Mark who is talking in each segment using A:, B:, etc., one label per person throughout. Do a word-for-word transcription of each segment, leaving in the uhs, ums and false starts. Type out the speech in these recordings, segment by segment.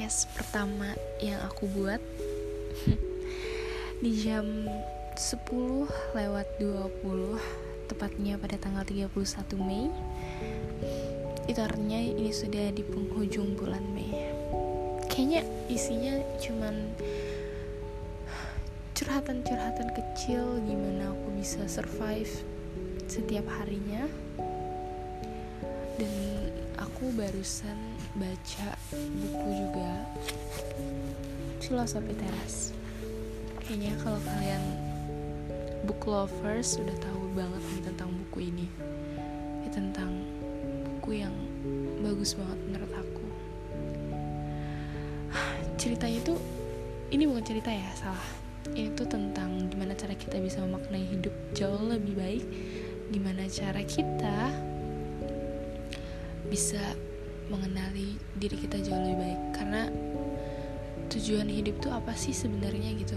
A: podcast pertama yang aku buat di jam sepuluh lewat dua puluh, tepatnya pada tanggal tiga puluh satu Mei. Itu artinya ini sudah di penghujung bulan Mei. Kayaknya isinya cuman curhatan-curhatan kecil gimana aku bisa survive setiap harinya. Dan aku barusan baca buku juga, Filosofi Teras. Kayaknya kalau kalian book lovers udah tahu banget nih tentang buku ini. Ya, tentang buku yang bagus banget menurut aku. Ceritanya itu, ini bukan cerita ya, salah. Ini tuh tentang gimana cara kita bisa memaknai hidup jauh lebih baik, gimana cara kita bisa mengenali diri kita jauh lebih baik. Karena tujuan hidup tuh apa sih sebenarnya gitu?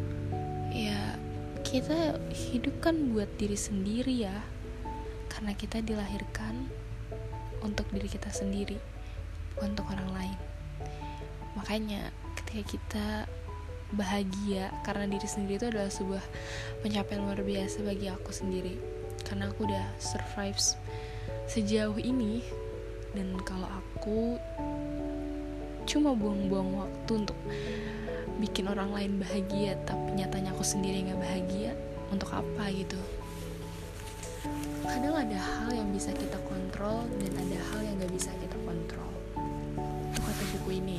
A: Ya, kita hidup kan buat diri sendiri ya. Karena kita dilahirkan untuk diri kita sendiri, bukan untuk orang lain. Makanya ketika kita bahagia karena diri sendiri itu adalah sebuah pencapaian luar biasa bagi aku sendiri. Karena aku udah survive sejauh ini. Dan kalau aku cuma buang-buang waktu untuk bikin orang lain bahagia, tapi nyatanya aku sendiri gak bahagia, untuk apa gitu? Kadang ada hal yang bisa kita kontrol dan ada hal yang gak bisa kita kontrol. Itu kata buku ini.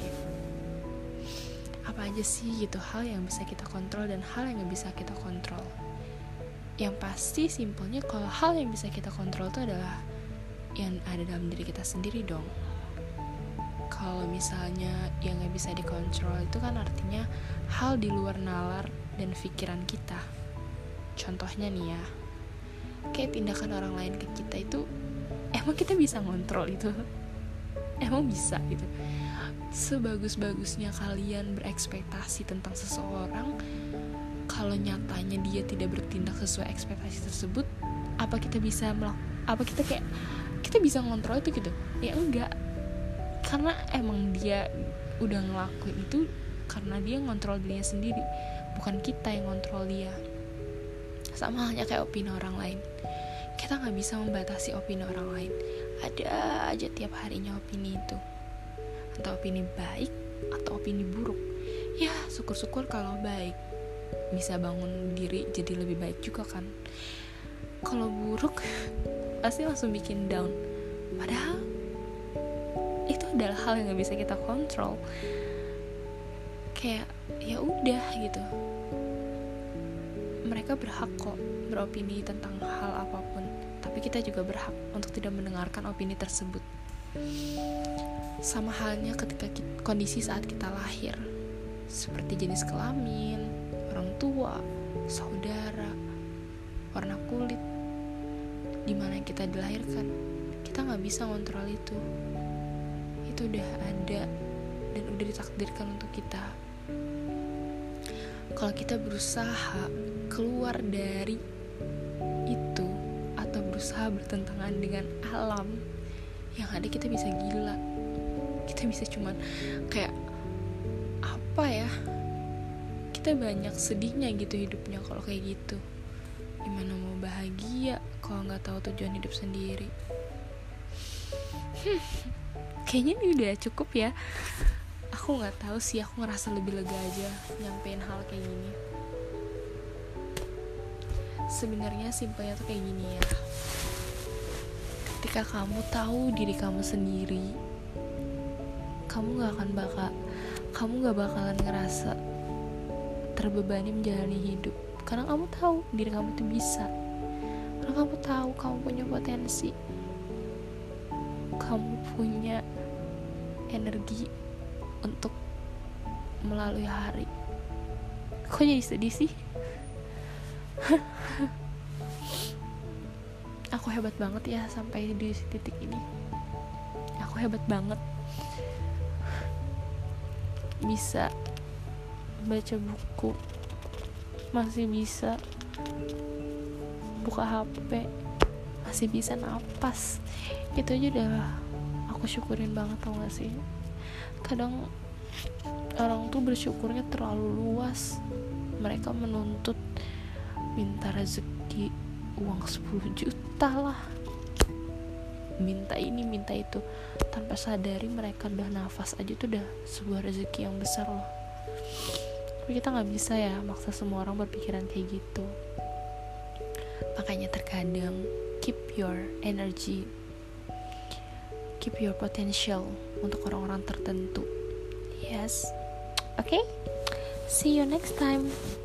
A: Apa aja sih gitu hal yang bisa kita kontrol dan hal yang gak bisa kita kontrol? Yang pasti simpelnya kalau hal yang bisa kita kontrol itu adalah yang ada dalam diri kita sendiri dong. Kalau misalnya yang gak bisa dikontrol itu kan artinya hal di luar nalar dan pikiran kita. Contohnya nih ya, kayak tindakan orang lain ke kita itu, emang kita bisa ngontrol itu? Emang bisa gitu? Sebagus-bagusnya kalian berekspektasi tentang seseorang, kalau nyatanya dia tidak bertindak sesuai ekspektasi tersebut, apa kita bisa melakukan? Apa kita kayak kita bisa ngontrol itu gitu? Ya enggak. Karena emang dia udah ngelakuin itu karena dia ngontrol dirinya sendiri, bukan kita yang ngontrol dia. Sama halnya kayak opini orang lain. Kita gak bisa membatasi opini orang lain. Ada aja tiap harinya opini itu. Entah opini baik atau opini buruk. Ya syukur-syukur kalau baik, bisa bangun diri jadi lebih baik juga kan. Kalau buruk pasti langsung bikin down. Padahal itu adalah hal yang gak bisa kita kontrol. Kayak ya udah gitu, mereka berhak kok beropini tentang hal apapun, tapi kita juga berhak untuk tidak mendengarkan opini tersebut. Sama halnya ketika kita, kondisi saat kita lahir, seperti jenis kelamin, orang tua, saudara, warna kulit, dimana kita dilahirkan, kita gak bisa ngontrol itu. Itu udah ada dan udah ditakdirkan untuk kita. Kalau kita berusaha keluar dari itu atau berusaha bertentangan dengan alam, yang ada kita bisa gila. Kita bisa cuman kayak apa ya, kita banyak sedihnya gitu hidupnya kalau kayak gitu. Gimana mau bahagia kalau gak tahu tujuan hidup sendiri? hmm, Kayaknya ini udah cukup ya. Aku gak tahu sih, aku ngerasa lebih lega aja nyampein hal kayak gini. Sebenarnya simpelnya tuh kayak gini ya. Ketika kamu tahu diri kamu sendiri, kamu gak akan bakal Kamu gak bakalan ngerasa terbebani menjalani hidup. Karena kamu tahu diri kamu tuh bisa. Karena kamu tahu kamu punya potensi, kamu punya energi untuk melalui hari. Kok jadi sedih sih? Aku hebat banget ya sampai di titik ini. Aku hebat banget bisa baca buku, masih bisa buka H P, masih bisa napas. Itu aja udah aku syukurin banget, tau gak sih? Kadang orang tuh bersyukurnya terlalu luas. Mereka menuntut minta rezeki uang sepuluh juta lah, minta ini minta itu, tanpa sadari mereka udah nafas aja tuh udah sebuah rezeki yang besar loh. Tapi kita gak bisa ya maksa semua orang berpikiran kayak gitu. Makanya terkadang keep your energy, keep your potential untuk orang-orang tertentu. Yes, oke, okay? See you next time.